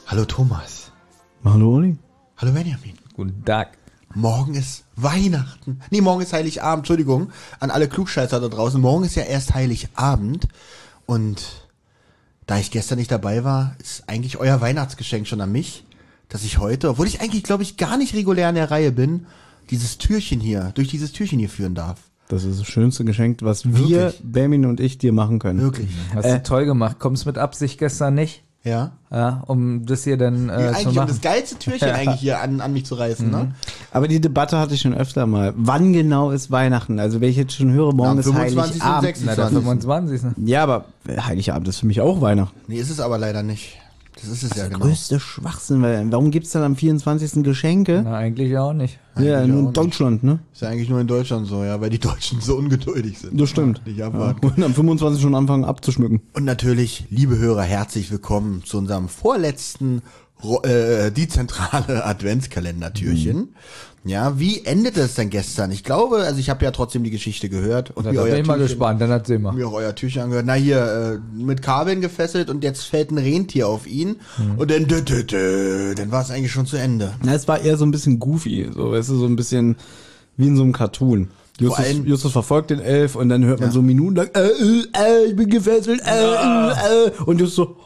Hallo Thomas. Hallo Olli. Hallo Benjamin. Guten Tag. Morgen ist Weihnachten. Nee, morgen ist Heiligabend. Entschuldigung an alle Klugscheißer da draußen. Morgen ist ja erst Heiligabend. Und da ich gestern nicht dabei war, ist eigentlich euer Weihnachtsgeschenk schon an mich, dass ich heute, obwohl ich eigentlich, glaube ich, gar nicht regulär in der Reihe bin, durch dieses Türchen hier führen darf. Das ist das schönste Geschenk, was wir, Benjamin und ich, dir machen können. Wirklich. Hast du toll gemacht. Kommst mit Absicht gestern nicht? Ja. Ja, um das hier dann zu Eigentlich um machen. das geilste Türchen eigentlich hier an mich zu reißen, ne? Aber die Debatte hatte ich schon öfter mal. Wann genau ist Weihnachten? Also wenn ich jetzt schon höre, morgen Am ist 25. und Heiligabend. 26. Na, der 25. Ja, aber Heiligabend ist für mich auch Weihnachten. Nee, ist es aber leider nicht. Das ist es ja genau. Größte Schwachsinn, weil warum gibt's dann am 24. Geschenke? Na, eigentlich auch nicht. Ja, Eigentlich nur auch in nicht. Deutschland, ne? Ist ja eigentlich nur in Deutschland so, ja, weil die Deutschen so ungeduldig sind. Das stimmt. Nicht Ja. abwarten. Und am 25. schon anfangen abzuschmücken. Und natürlich, liebe Hörer, herzlich willkommen zu unserem vorletzten dezentrale Adventskalender-Türchen. Ja, wie endete es denn gestern? Ich glaube, also ich habe ja trotzdem die Geschichte gehört. Und Da wie bin euer ich mal Türchen- gespannt, dann erzähl mal. Mir auch euer Türchen angehört. Na hier, mit Kabeln gefesselt und jetzt fällt ein Rentier auf ihn. Und dann dann war es eigentlich schon zu Ende. Na, es war eher so ein bisschen goofy, so, weißt du, so ein bisschen wie in so einem Cartoon. allem- Justus verfolgt den Elf und dann hört man Ja. so minutenlang, ich bin gefesselt, und Justus so,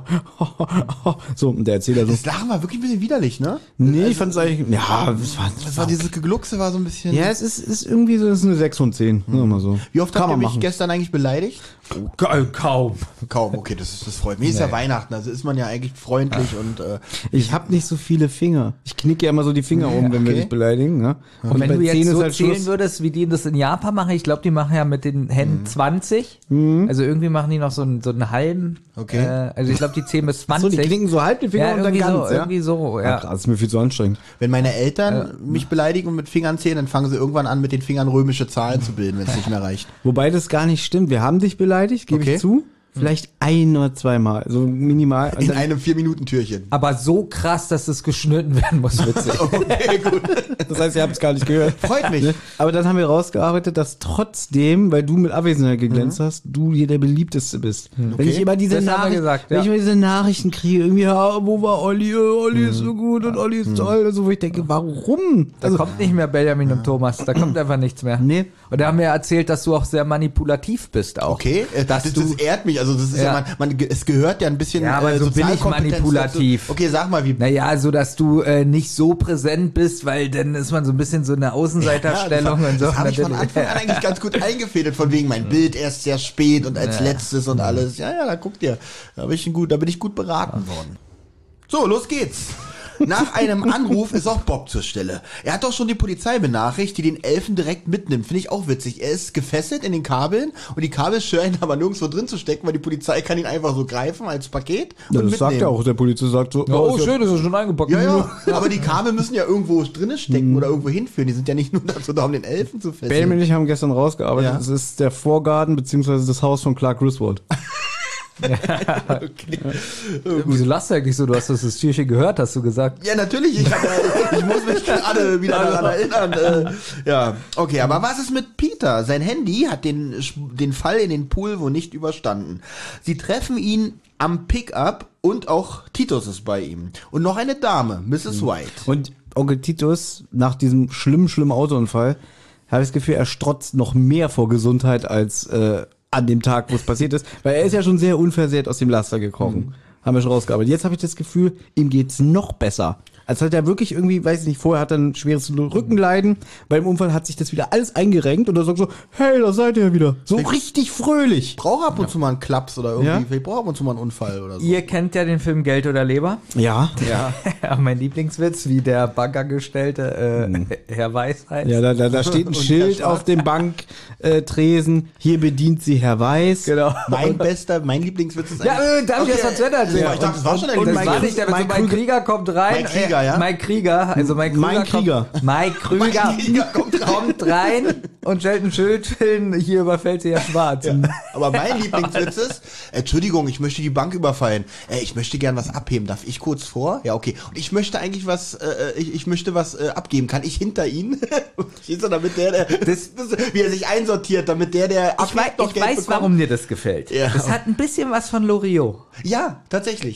so, und der Erzähler so, Das Lachen war wirklich ein bisschen widerlich, ne? nee, ich fand's eigentlich, ja, Das war dieses Gegluckse war so ein bisschen... ja, es ist irgendwie so, es ist eine 6 von 10, sagen wir mal so. Wie oft habt ihr man mich machen. gestern eigentlich beleidigt? Kaum. Kaum, okay, das freut mich. Ist ja Weihnachten, also ist man ja eigentlich freundlich und Ich hab nicht so viele Finger. Ich knicke ja immer so die Finger um, wenn wir okay. dich beleidigen, ne? Und wenn du jetzt Zähnen so ist halt zählen Schluss. würdest, wie die das in Japan machen, ich glaube, die machen ja mit den Händen 20. Also irgendwie machen die noch so einen halben. Okay. Also ich glaube, die zählen bis 20. So, die knicken so halb die Finger ja, und dann irgendwie ganz, so, ja? irgendwie so, ja. Das ist mir viel zu anstrengend. wenn meine Eltern mich beleidigen und mit Fingern zählen, dann fangen sie irgendwann an, mit den Fingern römische Zahlen zu bilden, wenn es nicht mehr reicht. Wobei das gar nicht stimmt. Wir haben dich beleidigt, gebe Okay. ich zu. Vielleicht ein oder zweimal, so minimal. Und In dann, einem 4-Minuten-Türchen. Aber so krass, dass es geschnitten werden muss, witzig. Okay, gut. das heißt, ihr habt es gar nicht gehört. Freut mich. Ne? Aber dann haben wir rausgearbeitet, dass trotzdem, weil du mit Abwesenheit geglänzt hast, du hier der beliebteste bist. Wenn ich immer diese Das haben wir Nachrichten, gesagt, wenn ja. ich immer diese Nachrichten kriege, irgendwie, ja, wo war Olli? Olli ist so gut und Olli ist toll. Also, wo ich denke, warum? Da kommt nicht mehr Benjamin und Thomas, da kommt einfach nichts mehr. Nee. Und da haben wir erzählt, dass du auch sehr manipulativ bist auch. Okay, das ehrt mich. Also das ist ja, Ja. es gehört ja ein bisschen Ja, aber so billig Sozialkompetenz manipulativ. dazu. Okay, sag mal, wie... Naja, so dass du nicht so präsent bist, weil dann ist man so ein bisschen so eine Außenseiterstellung und so. Das habe ich von Anfang an eigentlich ganz gut eingefädelt, von wegen mein Bild erst sehr spät und als letztes und alles. Ja, da guckt ihr. Da bin ich gut beraten worden. So, los geht's. Nach einem Anruf ist auch Bob zur Stelle. Er hat doch schon die Polizei benachrichtigt, die den Elfen direkt mitnimmt. Finde ich auch witzig. Er ist gefesselt in den Kabeln und die Kabel scheinen aber nirgendwo drin zu stecken, weil die Polizei kann ihn einfach so greifen als Paket und Ja, das mitnehmen. sagt ja auch, der Polizist sagt so, Oh, ist ja- schön, ist er schon eingepackt. Ja, ja, aber die Kabel müssen ja irgendwo drinne stecken oder irgendwo hinführen. Die sind ja nicht nur dazu da, um den Elfen zu fesseln. Benjamin und ich haben gestern rausgearbeitet, Ja. es ist der Vorgarten beziehungsweise das Haus von Clark Griswold. Wieso lachst du eigentlich so? Du hast das Türchen gehört, hast du gesagt. Ja, natürlich. Ich muss mich gerade wieder daran erinnern. Ja, okay. Aber was ist mit Peter? Sein Handy hat den Fall in den Pool wohl nicht überstanden. Sie treffen ihn am Pickup und auch Titus ist bei ihm. Und noch eine Dame, Mrs. White. Und Onkel Titus, nach diesem schlimmen Autounfall, habe ich das Gefühl, er strotzt noch mehr vor Gesundheit als an dem Tag, wo es passiert ist. Weil er ist ja schon sehr unversehrt aus dem Laster gekrochen. Haben wir schon rausgearbeitet. Jetzt habe ich das Gefühl, ihm geht's noch besser. Als hat er wirklich irgendwie, weiß ich nicht, vorher hat er ein schweres Rückenleiden. Beim Unfall hat sich das wieder alles eingerenkt und er sagt so, hey, da seid ihr ja wieder. So richtig fröhlich. Braucht ab und zu mal einen Klaps oder irgendwie. Ja? Vielleicht braucht ab und zu mal einen Unfall oder so. Ihr kennt ja den Film Geld oder Leber. Ja. Ja, mein Lieblingswitz, wie der Bankangestellte Herr Weiß heißt. Ja, da steht ein Und Schild Herr auf dem Banktresen. Hier bedient sie Herr Weiß. Genau. Mein Lieblingswitz ist Ja, darf ich das mal zu Ende erzählen? Ich dachte, das war schon ein und Das Mike war nicht, der Mike Mike Krieger kommt rein. Mike Krieger, ja? Mike Krieger, also Mike Krieger. Mein Krieger. Mike Krieger kommt rein und stellt ein Schild hin, hier überfällt sie ja schwarz. Aber mein Lieblingswitz ist, Entschuldigung, ich möchte die Bank überfallen. Ich möchte gern was abheben. Darf ich kurz vor? Ja, okay. Und ich möchte eigentlich was, ich möchte was abgeben. Kann ich hinter Ihnen? Verstehst du, damit wie er sich einsortiert, damit der Ich weiß, noch Geld bekommt. warum dir das gefällt. Ja. Das hat ein bisschen was von Loriot. Ja, tatsächlich. Oder?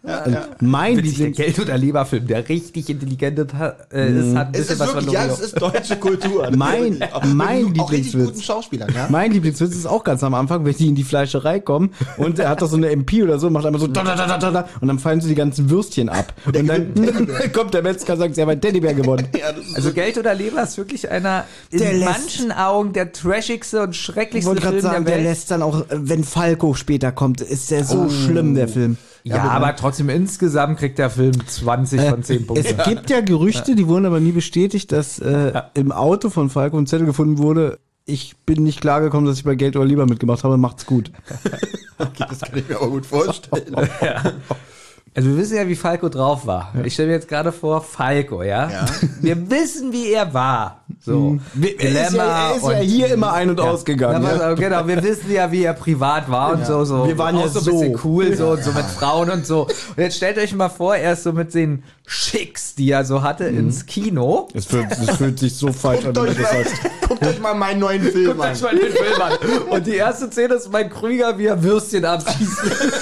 Mein Witzig, der Lieblings Geld- oder Leberfilm, der richtig intelligent ist, hat ein Es bisschen ist was wirklich, von ja, Loriot. es ist deutsche Kultur. Mein auch richtig Lieblingswitz. guten Schauspielern, ja. Mein Lieblingswitz ist auch ganz am Anfang, wenn die in die Fleischerei kommen und er hat doch so eine MP oder so, macht einmal so da, und dann fallen so die ganzen Würstchen ab. Und dann kommt der Metzger und sagt, sie haben einen Teddybär gewonnen. Ja, das ist Also Geld oder Leber ist wirklich einer Der in lässt- manchen Augen der trashigste und Ich schrecklichste wollte gerade Film sagen, der der Welt. lässt dann auch, wenn Falco später kommt, ist der so schlimm, der Film. Ja, aber trotzdem insgesamt kriegt der Film 20 von 10 Punkten. Es gibt ja Gerüchte, die wurden aber nie bestätigt, dass im Auto von Falco ein Zettel gefunden wurde. Ich bin nicht klargekommen, dass ich bei Geld oder Lieber mitgemacht habe. Macht's gut. okay, das kann ich mir aber gut vorstellen. Also wir wissen ja, wie Falco drauf war. Ich stelle mir jetzt gerade vor, Falco, ja? Wir wissen, wie er war. So. Er ist ja und- hier immer ein- und ausgegangen. Ja, Ja. pass auf, genau, wir wissen ja, wie er privat war und so. Wir waren auch ja so ein so. bisschen cool so und so mit Frauen und so. Und jetzt stellt euch mal vor, er ist so mit den Schicks, die er so hatte, ins Kino. Es fühlt sich so falsch an, wenn du das sagst. Guckt euch mal meinen neuen Film Guckt an. euch mal den Film an. Und die erste Szene ist mein Krüger, wie er Würstchen abschießt.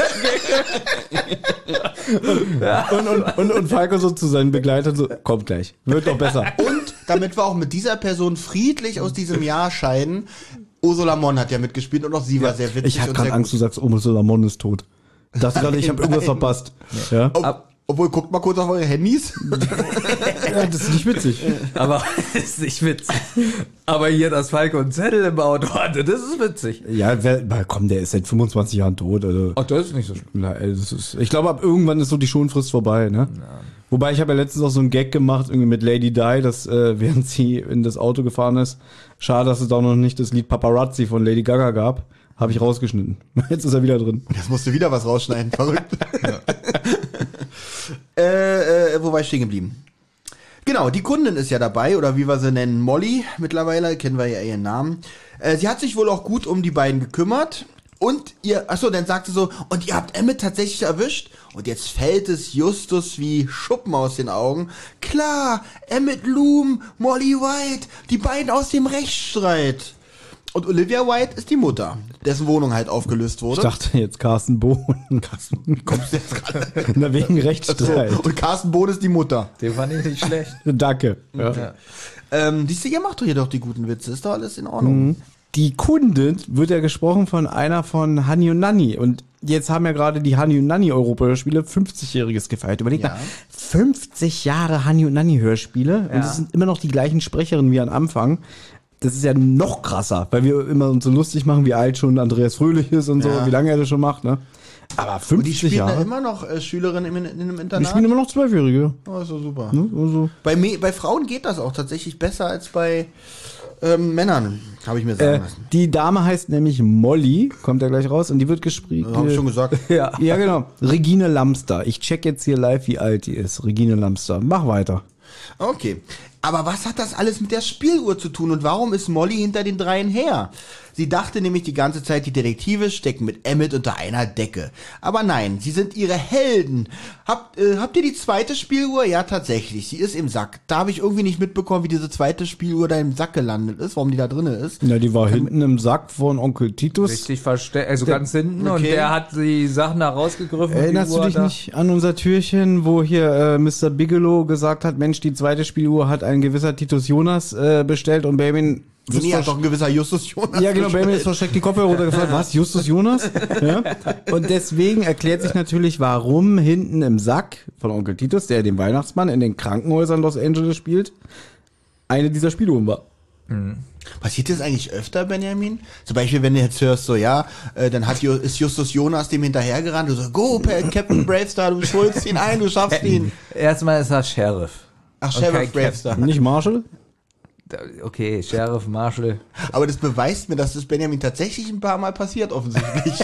Und Falco so zu seinen Begleitern so, kommt gleich. Wird doch besser. Und damit wir auch mit dieser Person friedlich aus diesem Jahr scheiden, Ursula Monn hat ja mitgespielt und auch sie war sehr witzig Ich hatte und gerade sehr Angst, du sagst, Ursula Monn ist tot. Ich dachte gerade, ich habe irgendwas verpasst. Ja? Obwohl, guckt mal kurz auf eure Handys. Ja, das ist nicht witzig. Aber das ist nicht witzig. Aber hier, dass Falco einen Zettel im Auto hatte, das ist witzig. Ja, komm, der ist seit 25 Jahren tot. Also. Ach, das ist nicht so schlimm. Na, ey, ich glaube, ab irgendwann ist so die Schonfrist vorbei, ne? Ja. Wobei ich habe ja letztens auch so einen Gag gemacht, irgendwie mit Lady Di, dass während sie in das Auto gefahren ist, schade, dass es auch noch nicht das Lied Paparazzi von Lady Gaga gab, habe ich rausgeschnitten. Jetzt ist er wieder drin. Jetzt musst du wieder was rausschneiden, verrückt. Wo war ich stehen geblieben? Genau, die Kundin ist ja dabei, oder wie wir sie nennen, Molly, mittlerweile, kennen wir ja ihren Namen. Sie hat sich wohl auch gut um die beiden gekümmert. Und dann sagt sie so, und ihr habt Emmett tatsächlich erwischt? Und jetzt fällt es Justus wie Schuppen aus den Augen. Klar, Emmett Loom, Molly White, die beiden aus dem Rechtsstreit. Und Olivia White ist die Mutter, dessen Wohnung halt aufgelöst wurde. Ich dachte jetzt Carsten Bohn. Kommst du jetzt gerade? Na, wegen Rechtsstreit. So, und Carsten Bohn ist die Mutter. Den fand ich nicht schlecht. Danke. Ja. Siehst du, ihr macht doch hier doch die guten Witze. Ist doch alles in Ordnung. Die Kundin wird ja gesprochen von einer von Hani und Nanni. Und jetzt haben ja gerade die Hani und Nanni Europaspiele 50-jähriges gefeiert. Überleg mal, 50 Jahre Hani und Nanni Hörspiele. Und es sind immer noch die gleichen Sprecherinnen wie am Anfang. Das ist ja noch krasser, weil wir immer uns so lustig machen, wie alt schon Andreas Fröhlich ist und so, wie lange er das schon macht, ne? Aber 50 Und die spielen Jahre. da immer noch Schülerinnen in einem Die Internat. spielen immer noch 12-Jährige. Oh, ist doch super. Ne? Also, Bei Frauen geht das auch tatsächlich besser als bei Männern, habe ich mir sagen lassen. die Dame heißt nämlich Molly, kommt ja gleich raus, und die wird gespielt. Habe ich schon gesagt. Ja. Ja, genau. Regine Lamster. Ich check jetzt hier live, wie alt die ist. Regine Lamster. Mach weiter. Okay. Aber was hat das alles mit der Spieluhr zu tun und warum ist Molly hinter den dreien her? Sie dachte nämlich die ganze Zeit, die Detektive stecken mit Emmett unter einer Decke. Aber nein, sie sind ihre Helden. Habt ihr die zweite Spieluhr? Ja, tatsächlich. Sie ist im Sack. Da habe ich irgendwie nicht mitbekommen, wie diese zweite Spieluhr da im Sack gelandet ist, warum die da drinne ist. Ja, die war hinten im Sack von Onkel Titus. Richtig versteckt, also ganz hinten. Und der hat die Sachen da rausgegriffen. und Erinnerst die du Uhr dich da. nicht an unser Türchen, wo hier Mr. Bigelow gesagt hat, Mensch, die zweite Spieluhr hat ein gewisser Titus Jonas bestellt und Benjamin... Nee, hat doch ein gewisser Justus Jonas. Ja, genau, Benjamin ist versteckt die Kopfhörer runtergefallen. Was, Justus Jonas? Ja? Und deswegen erklärt sich natürlich, warum hinten im Sack von Onkel Titus, der den Weihnachtsmann in den Krankenhäusern Los Angeles spielt, eine dieser Spieluhren war. Passiert das eigentlich öfter, Benjamin? Zum Beispiel, wenn du jetzt hörst, so, ja, dann ist Justus Jonas dem hinterhergerannt, du so, go, Captain Bravestar, du schulst ihn ein, du schaffst ihn. Erstmal ist er Sheriff. Ach, Sheriff Okay, Bravestar. Nicht Marshall? Okay, Sheriff, Marshall. Aber das beweist mir, dass das Benjamin tatsächlich ein paar Mal passiert, offensichtlich.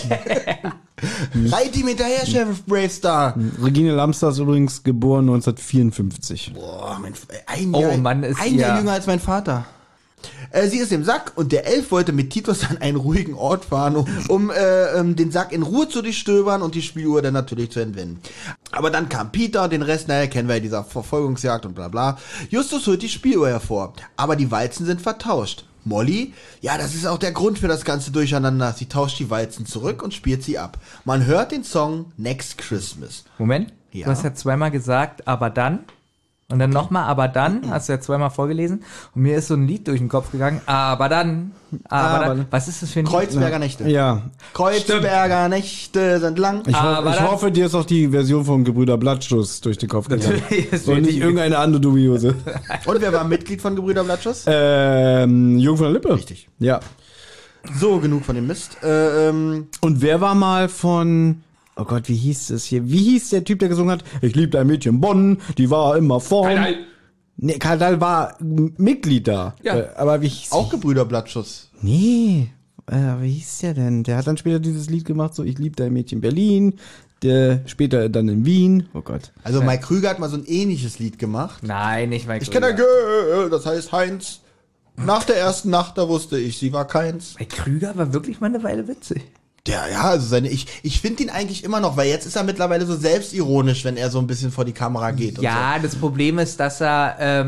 Reit ihm hinterher, Sheriff Bravestar. Regine Lamster ist übrigens geboren 1954. Boah, ein Jahr ja. jünger als mein Vater. Sie ist im Sack und der Elf wollte mit Titus an einen ruhigen Ort fahren, um den Sack in Ruhe zu durchstöbern und die Spieluhr dann natürlich zu entwenden. Aber dann kam Peter, den Rest, naja, kennen wir ja, dieser Verfolgungsjagd und bla bla. Justus holt die Spieluhr hervor, aber die Walzen sind vertauscht. Molly, ja, das ist auch der Grund für das ganze Durcheinander. Sie tauscht die Walzen zurück und spielt sie ab. Man hört den Song Next Christmas. Moment, Ja. du hast ja zweimal gesagt, aber dann. Und dann nochmal, aber dann, hast du ja zweimal vorgelesen. Und mir ist so ein Lied durch den Kopf gegangen, aber dann. Was ist das für ein Lied? Kreuzberger Nächte. Ja. Kreuzberger Nächte sind lang. Ich Aber dann- hoffe, dir ist auch die Version von Gebrüder Blattschuss durch den Kopf gegangen. Ist Und nicht wirklich- irgendeine andere dubiose. Und wer war Mitglied von Gebrüder Blattschuss? Jung von der Lippe. Richtig. Ja. So, genug von dem Mist. Und wer war mal von... Oh Gott, wie hieß es hier? Wie hieß der Typ, der gesungen hat? Ich liebte ein Mädchen Bonn, die war immer vorn. Nee, Karl Dahl war Mitglied da. Ja. Aber wie hieß auch Gebrüder Blattschuss. Nee, wie hieß der denn? Der hat dann später dieses Lied gemacht, so ich liebte ein Mädchen Berlin, der später dann in Wien. Oh Gott. Also Mike Krüger hat mal so ein ähnliches Lied gemacht. Nein, nicht Mike Ich kenne ein Krüger. Girl, das heißt Heinz. Nach der ersten Nacht, da wusste ich, sie war keins. Mike Krüger war wirklich mal eine Weile witzig. Also ich finde ihn eigentlich immer noch, weil jetzt ist er mittlerweile so selbstironisch, wenn er so ein bisschen vor die Kamera geht. Und Ja, das Problem ist, dass er,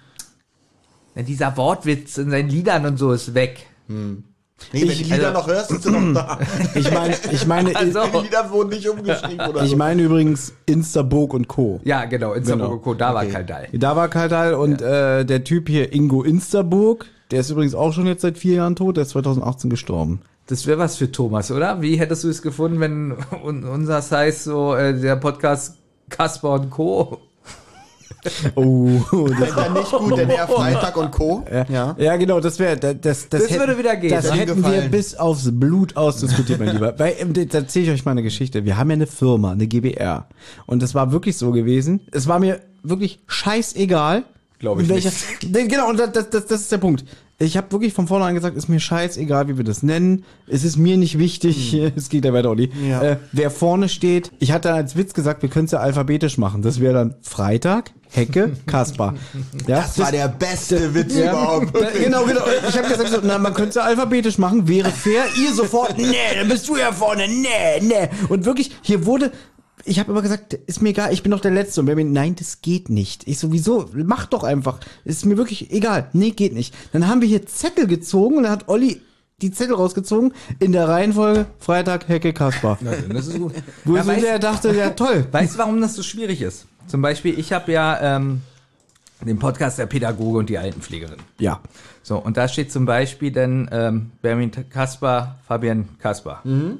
dieser Wortwitz in seinen Liedern und so ist weg. so. Nee, wenn du die Lieder noch hörst, sind sie noch da. Ich meine, Also- Die Lieder wurden nicht umgeschrieben oder ich so. meine übrigens Instaburg und Co. Ja, genau, in Genau. Saarbrücken, da war Karl Dahl. Da war Karl Dahl und der Typ hier, Ingo Instaburg, der ist übrigens auch schon jetzt seit 4 Jahren tot, der ist 2018 gestorben. Das wäre was für Thomas, oder? Wie hättest du es gefunden, wenn unser heißt so der Podcast Kasper und Co. Oh, Das war nicht gut, denn er Freitag und Co. Ja. Ja, genau, das wäre das würde wieder gehen. Das Würde hätten wir gefallen. bis aufs Blut ausdiskutiert, mein Lieber. Weil, da erzähle ich euch mal eine Geschichte. Wir haben ja eine Firma, eine GbR. Und das war wirklich so gewesen. Es war mir wirklich scheißegal. Glaub ich welcher, Genau, und das ist der Punkt. Ich habe wirklich von vornherein gesagt, ist mir scheißegal, wie wir das nennen. Es ist mir nicht wichtig, es geht ja weiter, Olli. Ja. Wer vorne steht. Ich hatte als Witz gesagt, wir können es ja alphabetisch machen. Das wäre dann Freitag, Hecke, Kaspar. Ja, Das war der beste Witz überhaupt. Genau. Ich habe gesagt, so, na, man könnte es ja alphabetisch machen, wäre fair. Ihr sofort, nee, dann bist du ja vorne, nee. Und wirklich, hier wurde, ich habe immer gesagt, ist mir egal, ich bin doch der Letzte. Und Benjamin, nein, das geht nicht. Ich sowieso, mach doch einfach. Ist mir wirklich egal. Nee, geht nicht. Dann haben wir hier Zettel gezogen und dann hat Olli die Zettel rausgezogen in der Reihenfolge Freitag, Hecke, Kaspar. Das ist gut. Wo Ja, so der dachte, ja toll. Weißt du, warum das so schwierig ist? Zum Beispiel, ich habe ja den Podcast der Pädagoge und die Altenpflegerin. Ja. So, und da steht zum Beispiel dann Benjamin Kaspar, Fabian Kaspar.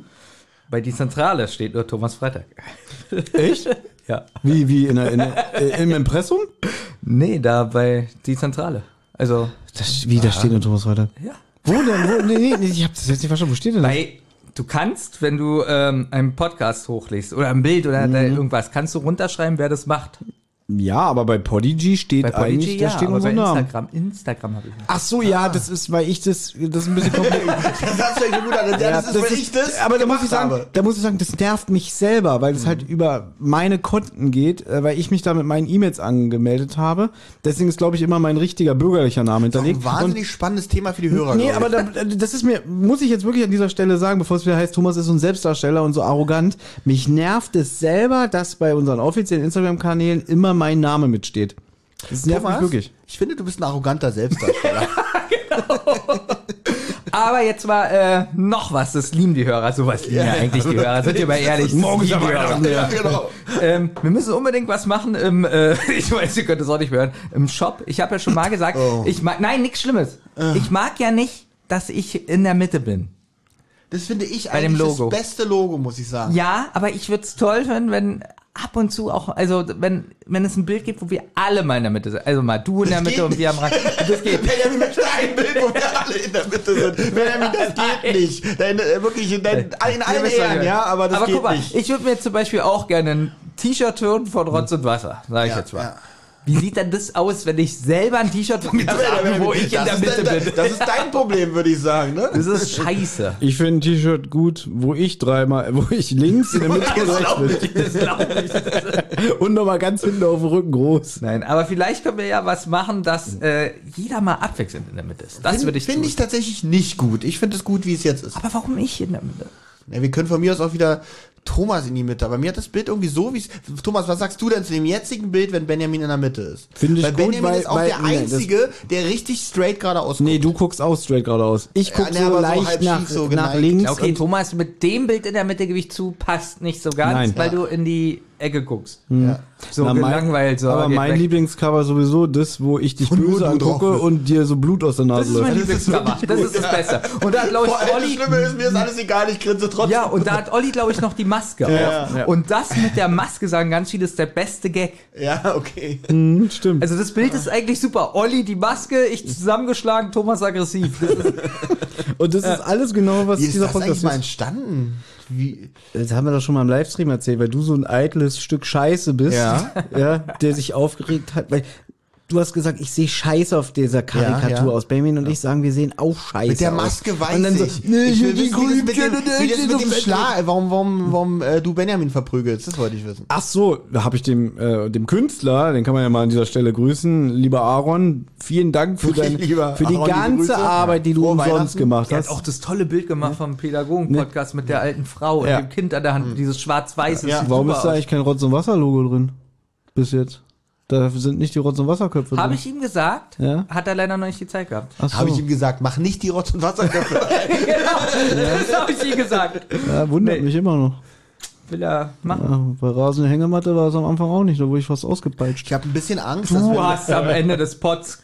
Bei die Zentrale steht nur Thomas Freitag. Echt? Ja. Wie im Impressum? Nee, da bei die Zentrale. Also, Da steht nur Thomas Freitag. ja. Wo denn? Nee, ich hab das jetzt nicht verstanden. Wo steht denn das? Weil du kannst, wenn du einen Podcast hochlegst oder ein Bild oder da irgendwas, kannst du runterschreiben, wer das macht. Ja, aber bei Podigy steht Bei eigentlich, Podigy, da ja, steht aber unser bei Name. Instagram habe ich nicht. Ach so, ja, das ist, weil ich das ist ein bisschen kompliziert. Das hast du ja gut an. Ja, das ist, weil ich das aber da muss ich gemacht sagen, habe. das nervt mich selber, weil es halt über meine Konten geht, weil ich mich da mit meinen E-Mails angemeldet habe. Deswegen ist, glaube ich, immer mein richtiger bürgerlicher Name hinterlegt. Ein wahnsinnig spannendes Thema für die Hörer. Nee, glaub aber ich. das ist mir, muss ich jetzt wirklich an dieser Stelle sagen, bevor es wieder heißt, Thomas ist so ein Selbstdarsteller und so arrogant. Mich nervt es selber, dass bei unseren offiziellen Instagram-Kanälen immer mein Name mitsteht. Das nervt mich wirklich. Ich finde, du bist ein arroganter Selbstdarsteller. Aber jetzt mal noch was, das lieben die Hörer, sowas lieben ja eigentlich die Hörer, sind wir mal ehrlich. das Morgen ist lieben ja die Hörer. Weihnachten, Ja, genau. Wir müssen unbedingt was machen im, ich weiß, ihr könnt es auch nicht mehr hören, im Shop. Ich habe ja schon mal gesagt, ich mag, nein, nichts Schlimmes. Ich mag ja nicht, dass ich in der Mitte bin. Das finde ich Bei dem eigentlich Logo. das beste Logo, muss ich sagen. Ja, aber ich würde es toll finden, wenn ab und zu auch, also wenn es ein Bild gibt, wo wir alle mal in der Mitte sind. Also mal du in der Das Mitte geht und wir am Rand. Das geht. Benjamin möchte ein Bild, wo wir alle in der Mitte sind. Benjamin, das geht nicht. Wirklich in allen Ehren, ja, aber das geht guck mal, nicht. ich würde mir zum Beispiel auch gerne ein T-Shirt hören von Rotz und Wasser, sage ich jetzt mal. Ja. Wie sieht denn das aus, wenn ich selber ein T-Shirt von mir trage, wo ich in der Mitte bin? Das ist dein Problem, würde ich sagen, ne? Das ist scheiße. Ich finde ein T-Shirt gut, wo ich links in der Mitte und rechts bin. Das glaube ich. Und nochmal ganz hinten auf dem Rücken groß. Nein, aber vielleicht können wir ja was machen, dass jeder mal abwechselnd in der Mitte ist. Das würde ich tun. Finde ich tatsächlich nicht gut. Ich finde es gut, wie es jetzt ist. Aber warum ich in der Mitte? Ja, wir können von mir aus auch wieder Thomas in die Mitte. Aber mir hat das Bild irgendwie so, wie es... Thomas, was sagst du denn zu dem jetzigen Bild, wenn Benjamin in der Mitte ist? Finde ich weil gut, Benjamin ist auch der Einzige, der richtig straight geradeaus guckt. Nee, du guckst auch straight geradeaus. Ich guck Ja, aber so leicht halb nach, schief so nach geneigt. links. Ja, okay, und- Thomas, mit dem Bild in der Mitte gebe ich zu, passt nicht so ganz, Nein. weil du in die Ecke guckst. Ja. So Na, gelangweilt. So, aber geht mein weg. Lieblingscover sowieso das, wo ich dich Wo nur böse du angucke drauf bist. und dir so Blut aus der Das Nase ist mein läuft. Lieblingscover. Das ist das Beste. Und da hat, glaube ich, Vor allem das Olli... Schlimme ist, mir ist alles egal, ich grinse trotzdem. Ja, und da hat Olli, glaube ich, noch die Maske auf. Ja. Und das mit der Maske, sagen ganz viele, ist der beste Gag. Ja, okay. Hm, stimmt. Also das Bild ist eigentlich super. Olli die Maske, ich zusammengeschlagen, Thomas aggressiv. Das ist, Und das ist alles genau, was Wie ist dieser das eigentlich Podcast mal ist. entstanden? Wie? Das haben wir doch schon mal im Livestream erzählt, weil du so ein eitles Stück Scheiße bist, Ja. ja, der sich aufgeregt hat, weil du hast gesagt, ich sehe Scheiße auf dieser Karikatur Ja. aus. Benjamin und ich sagen, wir sehen auch Scheiße Mit der aus. Maske weiß und dann so, ich. nee, Ich hier will die wissen, wie das mit dem, Grünkerne, wie das mit dem der Schlag, warum du Benjamin verprügelst, das wollte ich wissen. Ach so, da habe ich dem Künstler, den kann man ja mal an dieser Stelle grüßen, lieber Aaron, vielen Dank für, Okay, lieber für die Aaron, liebe ganze Grüße. Arbeit, die du Frohe umsonst Weihnachten. gemacht er hast. hat auch das tolle Bild gemacht vom Pädagogen-Podcast mit der alten Frau und Ja. dem Kind an der Hand, dieses schwarz-weiße. Ja. sieht Warum super ist da aus. eigentlich kein Rotz- und Wasser-Logo drin? Bis jetzt. Da sind nicht die Rotz- und Wasserköpfe drin. Habe ich ihm gesagt, Ja. hat er leider noch nicht die Zeit gehabt. Ach so. Habe ich ihm gesagt, mach nicht die Rotz- und Wasserköpfe. Genau, das habe ich ihm gesagt. Ja, wundert mich immer noch. Will er machen. Ja, bei rasende Hängematte war es am Anfang auch nicht, da wurde ich fast ausgepeitscht. Ich habe ein bisschen Angst, dass Du wir... hast am Ende des Potsblitz,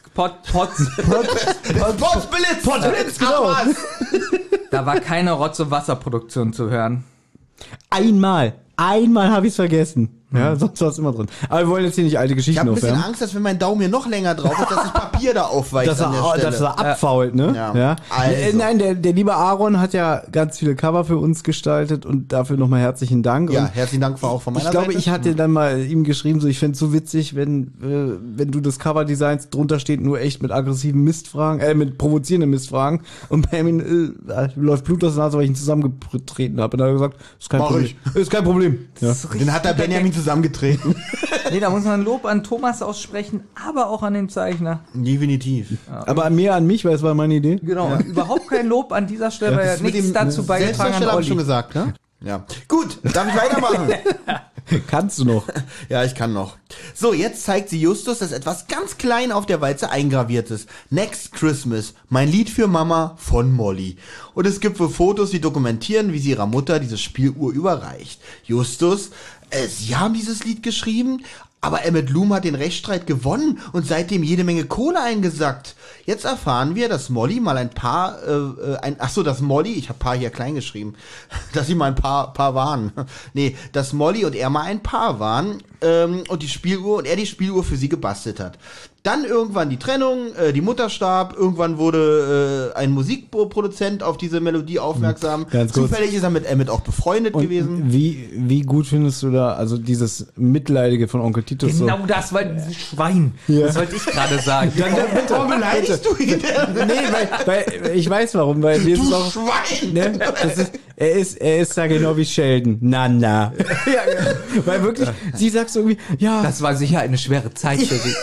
Potzblitz, genau. da war keine Rotz- und Wasserproduktion zu hören. Einmal habe ich es vergessen. Ja, sonst war es immer drin. Aber wir wollen jetzt hier nicht alte Ich Geschichten habe ein bisschen aufwärmen. Angst, dass wenn mein Daumen hier noch länger drauf ist, dass das Papier da aufweicht Dass an der Stelle. er abfault, ne? Ja. Also. Nein, der liebe Aaron hat ja ganz viele Cover für uns gestaltet und dafür nochmal herzlichen Dank. Ja, Und herzlichen Dank auch von meiner ich glaube, Seite. ich hatte dann mal ihm geschrieben, so ich fänd's so witzig, wenn du das Cover designst, drunter steht nur echt mit aggressiven Mistfragen, mit provozierenden Mistfragen und bei mir läuft Blut aus der Nase, weil ich ihn zusammengetreten habe. Und dann hat er gesagt, ist kein Mach Problem. ich. Ist kein Problem. Ja. Das ist Den hat der richtig Benjamin zusammengetreten. Nee, da muss man Lob an Thomas aussprechen, aber auch an den Zeichner. Definitiv. Aber mehr an mich, weil es war meine Idee. Genau, und überhaupt kein Lob an dieser Stelle, weil er Das mit nichts dem dazu beigetragen Selbstdarsteller hat. habe ich schon Olli. gesagt, ne? Ja. Gut, darf ich weitermachen? Kannst du noch. Ja, ich kann noch. So, jetzt zeigt sie Justus, dass etwas ganz klein auf der Walze eingraviert ist. Next Christmas, mein Lied für Mama von Molly. Und es gibt wohl Fotos, die dokumentieren, wie sie ihrer Mutter diese Spieluhr überreicht. Justus, sie haben dieses Lied geschrieben, aber Emmett Loom hat den Rechtsstreit gewonnen und seitdem jede Menge Kohle eingesackt. Jetzt erfahren wir, dass Molly mal dass Molly, ich habe Paar hier klein geschrieben, dass sie mal ein Paar waren. Nee, dass Molly und er mal ein Paar waren und er die Spieluhr für sie gebastelt hat. Dann irgendwann die Trennung, die Mutter starb, irgendwann wurde ein Musikproduzent auf diese Melodie aufmerksam. Ganz kurz. Zufällig ist er mit Emmett auch befreundet gewesen. Wie gut findest du da, also dieses Mitleidige von Onkel Titus so? Genau das war dieses Schwein. Ja. Das wollte ich gerade sagen. Warum beleidigst du ihn denn? Nee, weil ich weiß warum, weil mir ist es Du auch, Schwein! ne, er ist da genau wie Sheldon. Na. Weil wirklich, sie sagt so irgendwie, ja, Das war sicher eine schwere Zeit für sie.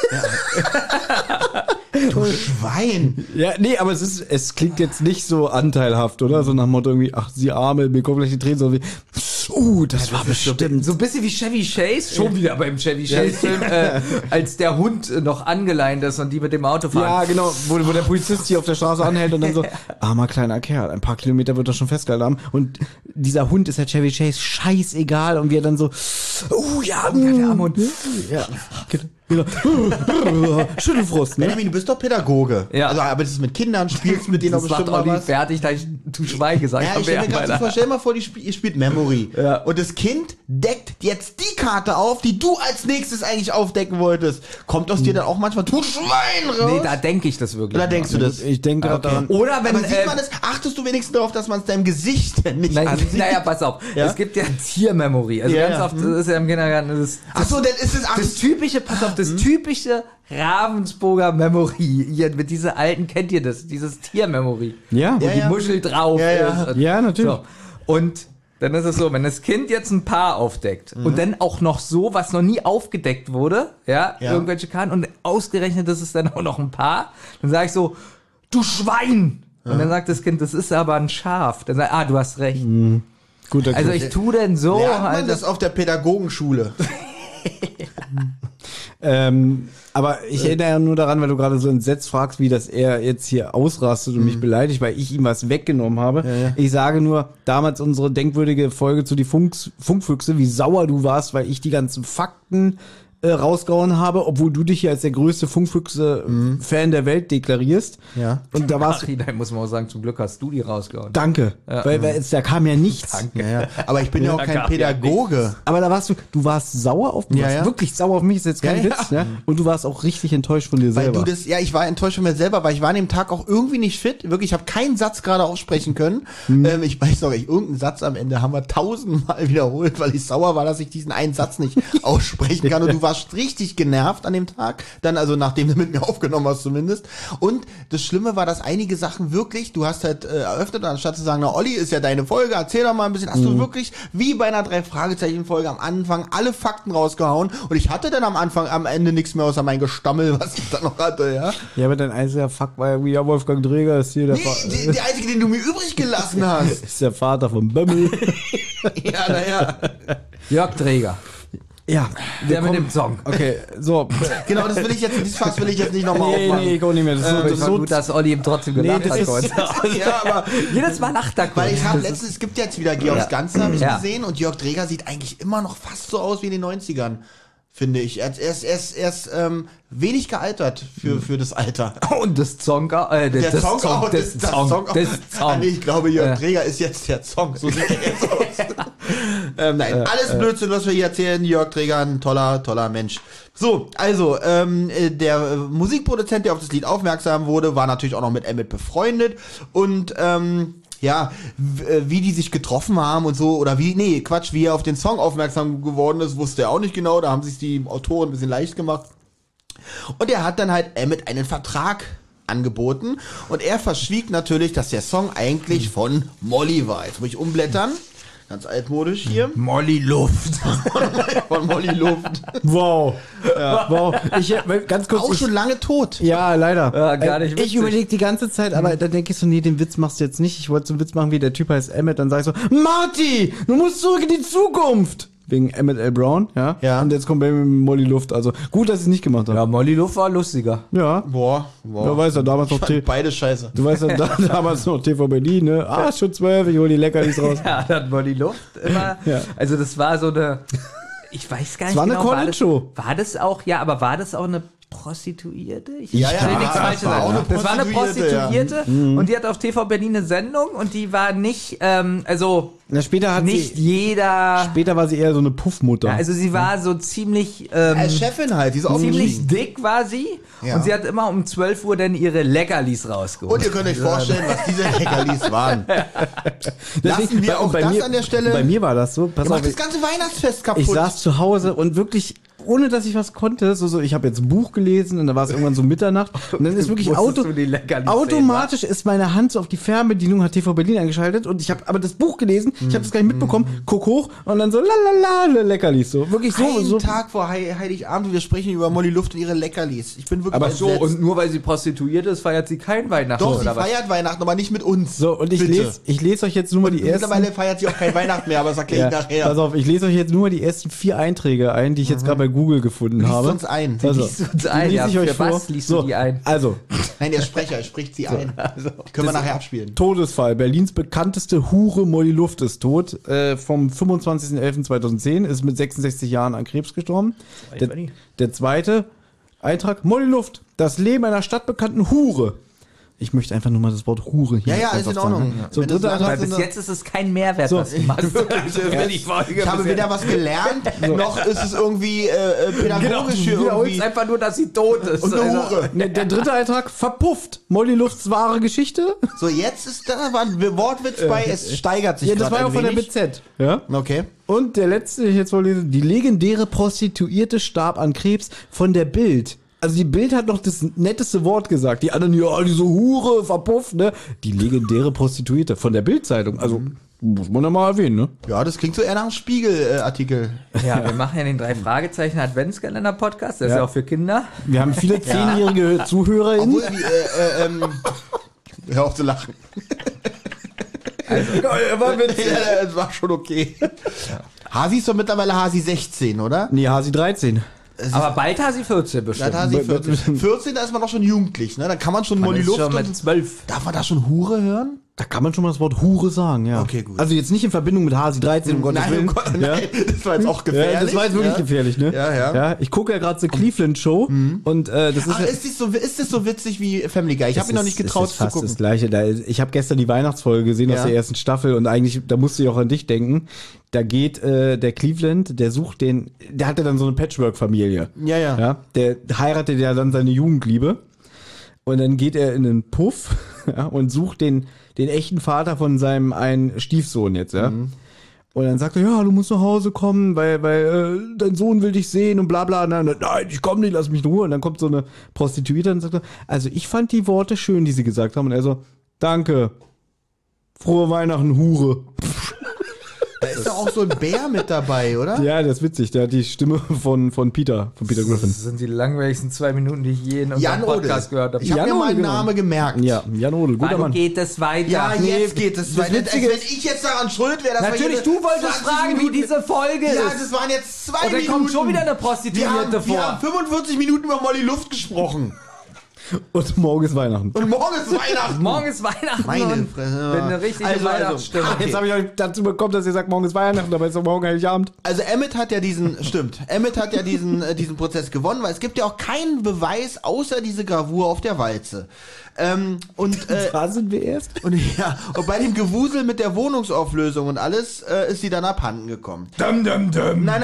Du Schwein! ja, nee, aber es klingt jetzt nicht so anteilhaft, oder? So nach dem Motto irgendwie, ach, sie Arme, mir kommen gleich die Tränen, so wie, das war bestimmt. So ein bisschen wie Chevy Chase, schon wieder beim Chevy Chase-Film, als der Hund noch angeleint ist und die mit dem Auto fahren. Ja, genau, wo der Polizist hier auf der Straße anhält und dann so, armer kleiner Kerl, ein paar Kilometer wird er schon festgehalten haben. Und dieser Hund ist ja Chevy Chase scheißegal und wir dann so, ja, der arme Hund. Ja, genau. Schüttelfrost, ne? Benjamin, du bist doch Pädagoge. Ja. Also arbeitest mit Kindern, spielst mit denen auch Das macht bestimmt mal Olli was. fertig, da ich du Schwein gesagt Ja, habe. ich stell mir gerade so vor, stell mal vor, ihr spielt Memory. Ja. Und das Kind deckt jetzt die Karte auf, die du als nächstes eigentlich aufdecken wolltest. Kommt aus dir dann auch manchmal, du Schwein, raus? Nee, da denke ich das wirklich. Oder denkst du das? Ich denke gerade daran. Oder wenn, Aber sieht man das, achtest du wenigstens darauf, dass man es deinem Gesicht nicht Nein, ansieht? naja, pass auf. Ja? Es gibt ja Tiermemory. Also Ja, ganz ja. oft das ist ja im Kindergarten Ach so, dann ist es, das typische, pass auf, das typische Ravensburger Memory. Hier mit dieser alten, kennt ihr das? Dieses Tiermemory. Ja, Wo Ja, die ja. Muschel drauf Ja, ja. ist. Ja, natürlich. So. Und dann ist es so, wenn das Kind jetzt ein Paar aufdeckt und dann auch noch so, was noch nie aufgedeckt wurde, ja. Irgendwelche Karten und ausgerechnet ist es dann auch noch ein Paar, dann sage ich so, du Schwein! Und dann sagt das Kind, das ist aber ein Schaf. Dann sagt du hast recht. Guter Also Griff. ich tue denn so, Lernt man halt, das auf der Pädagogenschule? Aber ich erinnere ja nur daran, weil du gerade so entsetzt fragst, wie das er jetzt hier ausrastet und mich beleidigt, weil ich ihm was weggenommen habe. Ja. Ich sage nur, damals unsere denkwürdige Folge zu die Funkfüchse, wie sauer du warst, weil ich die ganzen Fakten rausgehauen habe, obwohl du dich hier als der größte Funkfüchse-Fan der Welt deklarierst. Ja. Und da warst du... Nachhinein muss man auch sagen, zum Glück hast du die rausgehauen. Danke. Weil da kam ja nichts. Ja. Aber ich bin ja auch kein Pädagoge. Aber da warst du warst sauer auf mich, Ja, ja. wirklich sauer auf mich, ist jetzt kein Ja, Witz, ne? Und du warst auch richtig enttäuscht von dir Weil selber. ich war enttäuscht von mir selber, weil ich war an dem Tag auch irgendwie nicht fit. Wirklich, ich habe keinen Satz gerade aussprechen können. Ich weiß noch, irgendeinen Satz am Ende haben wir 1000-mal wiederholt, weil ich sauer war, dass ich diesen einen Satz nicht aussprechen kann. Und du warst richtig genervt an dem Tag. Dann, also nachdem du mit mir aufgenommen hast zumindest. Und das Schlimme war, dass einige Sachen wirklich, du hast halt eröffnet, anstatt zu sagen, na Olli, ist ja deine Folge, erzähl doch mal ein bisschen. Hast du wirklich, wie bei einer 3-Fragezeichen-Folge am Anfang, alle Fakten rausgehauen. Und ich hatte dann am Ende nichts mehr außer mein Gestammel, was ich da noch hatte, ja. Ja, aber dein einziger Fuck war ja wie Wolfgang Dräger ist hier der Nee, der einzige, den du mir übrig gelassen hast. ist der Vater von Bömmel. Ja, naja. Jörg Träger, Ja, der mit dem Song. okay, so. Genau, dieses Fass will ich jetzt nicht nochmal aufmachen. ich auch nicht mehr. Das Das ist war so, gut, dass Olli ihm trotzdem gelacht das hat. ist- heute. Ja, aber Jedes Mal lacht er kurz. weil ich habe Das letztens, es gibt jetzt wieder Georgs Ganze, habe ich Ja. gesehen, und Jörg Träger sieht eigentlich immer noch fast so aus wie in den 90ern, finde ich. Er ist wenig gealtert für das Alter. Und das Song, Der Song auch. das Song. Ah, nee, ich glaube, Jörg Träger ist jetzt der Song. So sieht er jetzt aus. Nein, alles Blödsinn, was wir hier erzählen. Jörg Träger, ein toller Mensch. So, also, der Musikproduzent, der auf das Lied aufmerksam wurde, war natürlich auch noch mit Emmett befreundet. Und, ja, wie die sich getroffen haben und so, oder wie er auf den Song aufmerksam geworden ist, wusste er auch nicht genau. Da haben sich die Autoren ein bisschen leicht gemacht. Und er hat dann halt Emmett einen Vertrag angeboten. Und er verschwieg natürlich, dass der Song eigentlich von Molly war. Jetzt muss ich umblättern. Ganz altmodisch hier. Molly Luft. Von Molly Luft. wow. Wow. Ich, ganz kurz. Auch schon lange tot. Ja, leider. Ja, gar nicht Ich witzig. überlege die ganze Zeit, aber dann denke ich so, nee, den Witz machst du jetzt nicht. Ich wollte so einen Witz machen, wie der Typ heißt Emmett, dann sag ich so, Marty, du musst zurück in die Zukunft. Wegen Emmett L. Brown, ja. Ja. Und jetzt kommt bei mir Molly Luft. Also gut, dass ich es nicht gemacht habe. Ja, Molly Luft war lustiger. Ja. Boah. Du weißt ja, damals noch Beide scheiße. Du weißt ja, damals noch TV Berlin, ne? Ah, schon 12, ich hol die Leckerlis raus. Ja, dann Molly Luft immer. Ja. Also das war so eine, ich weiß gar nicht war eine genau. College-Show. War das auch, ja, aber war das auch eine Prostituierte? Ich Ja, will ja, nichts das Falsches war auch sagen. eine Das war eine Prostituierte, Prostituierte und die hat auf TV Berlin eine Sendung und die war nicht, also Na, später hat nicht sie, jeder, später war sie eher so eine Puffmutter. ja, also sie war so ziemlich, Als Chefin halt, die ist ziemlich aufgestiegen. dick war sie Ja. und sie hat immer um 12 Uhr dann ihre Leckerlis rausgeholt. Und ihr könnt euch vorstellen, was diese Leckerlis waren. Lassen wir auch bei das mir, an der Stelle. Bei mir war das so. Pass Ihr auf, macht das ganze Weihnachtsfest kaputt. ich saß zu Hause und wirklich, ohne dass ich was konnte, so ich habe jetzt ein Buch gelesen und da war es irgendwann so Mitternacht und dann ist wirklich Musstest du die Leckerlis automatisch ist meine Hand so auf die Fernbedienung, hat TV Berlin eingeschaltet und ich habe aber das Buch gelesen, ich habe das gar nicht mitbekommen, guck hoch und dann so lalala, Leckerlis so, wirklich so. Einen so. Tag vor Heiligabend, wir sprechen über Molly Luft und ihre Leckerlis. Ich bin wirklich Aber so, entsetzt. und nur weil sie prostituiert ist, feiert sie kein Weihnachten Doch, sie oder was? feiert Weihnachten, aber nicht mit uns. So, und ich Bitte. lese euch jetzt nur mal die ersten. Mittlerweile feiert sie auch kein Weihnachten mehr, aber das erkläre ich Ja, nachher. pass auf, ich lese euch jetzt nur die ersten 4 Einträge ein, die ich jetzt gerade bei Google gefunden Liest habe. uns ein. Also, Liest uns ein, die ja, lese ich euch für vor. was liest du die ein? Also, Nein, der Sprecher spricht sie ein. Können wir nachher abspielen. Todesfall. Berlins bekannteste Hure Molly Luft ist tot. Vom 25.11.2010 ist mit 66 Jahren an Krebs gestorben. Der zweite Eintrag, Molly Luft. Das Leben einer stadtbekannten Hure. Ich möchte einfach nur mal das Wort Hure hier. Ja, ja, einfach ist in Ordnung. sagen. So, Wenn du dritter sagst, Eintrag. Weil bis jetzt ist es kein Mehrwert, was du machst. Ich habe weder was gelernt, noch ist es irgendwie pädagogisch hier Wiederholst irgendwie. einfach nur, dass sie tot ist. Und eine Also, Hure. Ne, der dritte Eintrag, verpufft. Molly Lufts wahre Geschichte. So, jetzt ist da war ein Wortwitz bei, es steigert sich Ja, das grad war ja ein auch von der wenig. BZ. Ja. Okay. Und der letzte, den ich jetzt vorlese, die legendäre Prostituierte starb an Krebs von der Bild. Also die Bild hat noch das netteste Wort gesagt. Die anderen, ja, diese Hure, verpufft, ne? Die legendäre Prostituierte von der Bild-Zeitung. Also, muss man ja mal erwähnen, ne? Ja, das klingt so eher nach einem Spiegel-Artikel. ja, wir machen ja den 3-Fragezeichen-Adventskalender-Podcast. Das ist Ja. ja auch für Kinder. Wir haben viele 10-jährige ZuhörerInnen. Obwohl, hör auf zu lachen. Also, Er war witzig. Ja, es war schon okay. Hasi ist doch mittlerweile Hasi 16, oder? Nee, Hasi 13. aber bald Hasi 14 bestimmt. Dann Hasi 14. 14, da ist man doch schon jugendlich, ne? Da kann man schon Molly Luft schon mit und 12. darf man da schon Hure hören? Da kann man schon mal das Wort Hure sagen, ja. Okay, gut. Also jetzt nicht in Verbindung mit Hasi 13, um Gottes Nein, Willen. um Gott, nein, das war jetzt auch gefährlich. Ja, das war jetzt wirklich gefährlich, ne? Ja. Ich gucke ja gerade The Cleveland Show und das ist Ach, ist das so witzig wie Family Guy? Ich habe mich noch nicht getraut ist zu fast gucken. das Gleiche. Ich habe gestern die Weihnachtsfolge gesehen aus der ersten Staffel und eigentlich, da musste ich auch an dich denken. Da geht der Cleveland, der hatte dann so eine Patchwork-Familie. Ja. Der heiratet ja dann seine Jugendliebe und dann geht er in einen Puff und sucht den echten Vater von seinem einen Stiefsohn jetzt, ja. Und dann sagt er, ja, du musst nach Hause kommen, weil dein Sohn will dich sehen und bla bla. Und dann, nein, ich komme nicht, lass mich in Ruhe. Und dann kommt so eine Prostituierte und sagt, also ich fand die Worte schön, die sie gesagt haben. Und er so, danke, frohe Weihnachten, Hure. Da ist doch auch so ein Bär mit dabei, oder? Ja, das ist witzig, der hat die Stimme von Peter Griffin. Das sind die langweiligsten 2 Minuten, die ich je in unserem Podcast gehört habe. Ich habe mir Jan mal einen Odel, Namen gemerkt. Ja, Jan Odel, guter Wann Mann. geht es weiter? Ja, jetzt geht es weiter. Als Witzige wenn ich jetzt daran schuld wäre, dass wir Natürlich, hier du wolltest 20 fragen, Minuten wie diese Folge ist. Ja, das waren jetzt 2 Und dann Minuten. kommt schon wieder eine wir Prostituierte vor. haben 45 Minuten über Molly Luft gesprochen. Und morgen ist Weihnachten. Und morgen ist Weihnachten. Morgen ist Weihnachten Meine und Fresse. bin eine richtige Weihnachtsstimmung. Okay. Jetzt habe ich euch dazu bekommen, dass ihr sagt, morgen ist Weihnachten, aber ist doch morgen Heiligabend. Also Emmett hat ja diesen Prozess gewonnen, weil es gibt ja auch keinen Beweis außer diese Gravur auf der Walze. Da sind wir erst. Und bei dem Gewusel mit der Wohnungsauflösung und alles ist sie dann abhanden gekommen. Dum, dum, dum. Nein.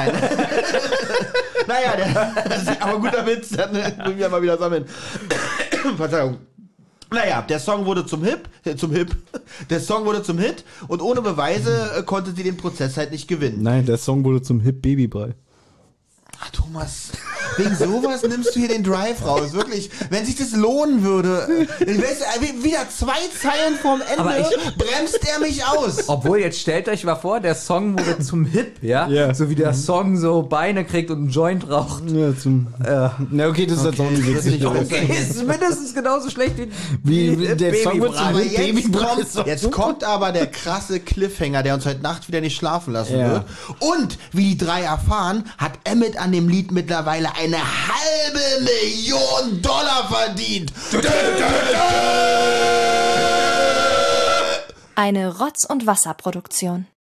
Naja, aber guter Witz, dann müssen wir mal wieder sammeln. Verzeihung. Naja, der Song wurde zum Hit und ohne Beweise konnte sie den Prozess halt nicht gewinnen. Nein, der Song wurde zum Hip Babybrei. Ach Thomas, wegen sowas nimmst du hier den Drive raus, wirklich. Wenn sich das lohnen würde, wieder 2 Zeilen vorm Ende bremst er mich aus. Obwohl, jetzt stellt euch mal vor, der Song wurde zum Hit, ja? Ja. So wie der Song so Beine kriegt und einen Joint raucht. Ja, na okay, das ist jetzt auch nicht witzig. Okay, ist mindestens genauso schlecht wie Der Song wird zum Aber Hip Babybrei. jetzt kommt aber der krasse Cliffhanger, der uns heute Nacht wieder nicht schlafen lassen Ja. wird. Und, wie die 3 erfahren, hat Emmett an dem Lied mittlerweile $500,000 verdient. Eine Rotz- und Wasserproduktion.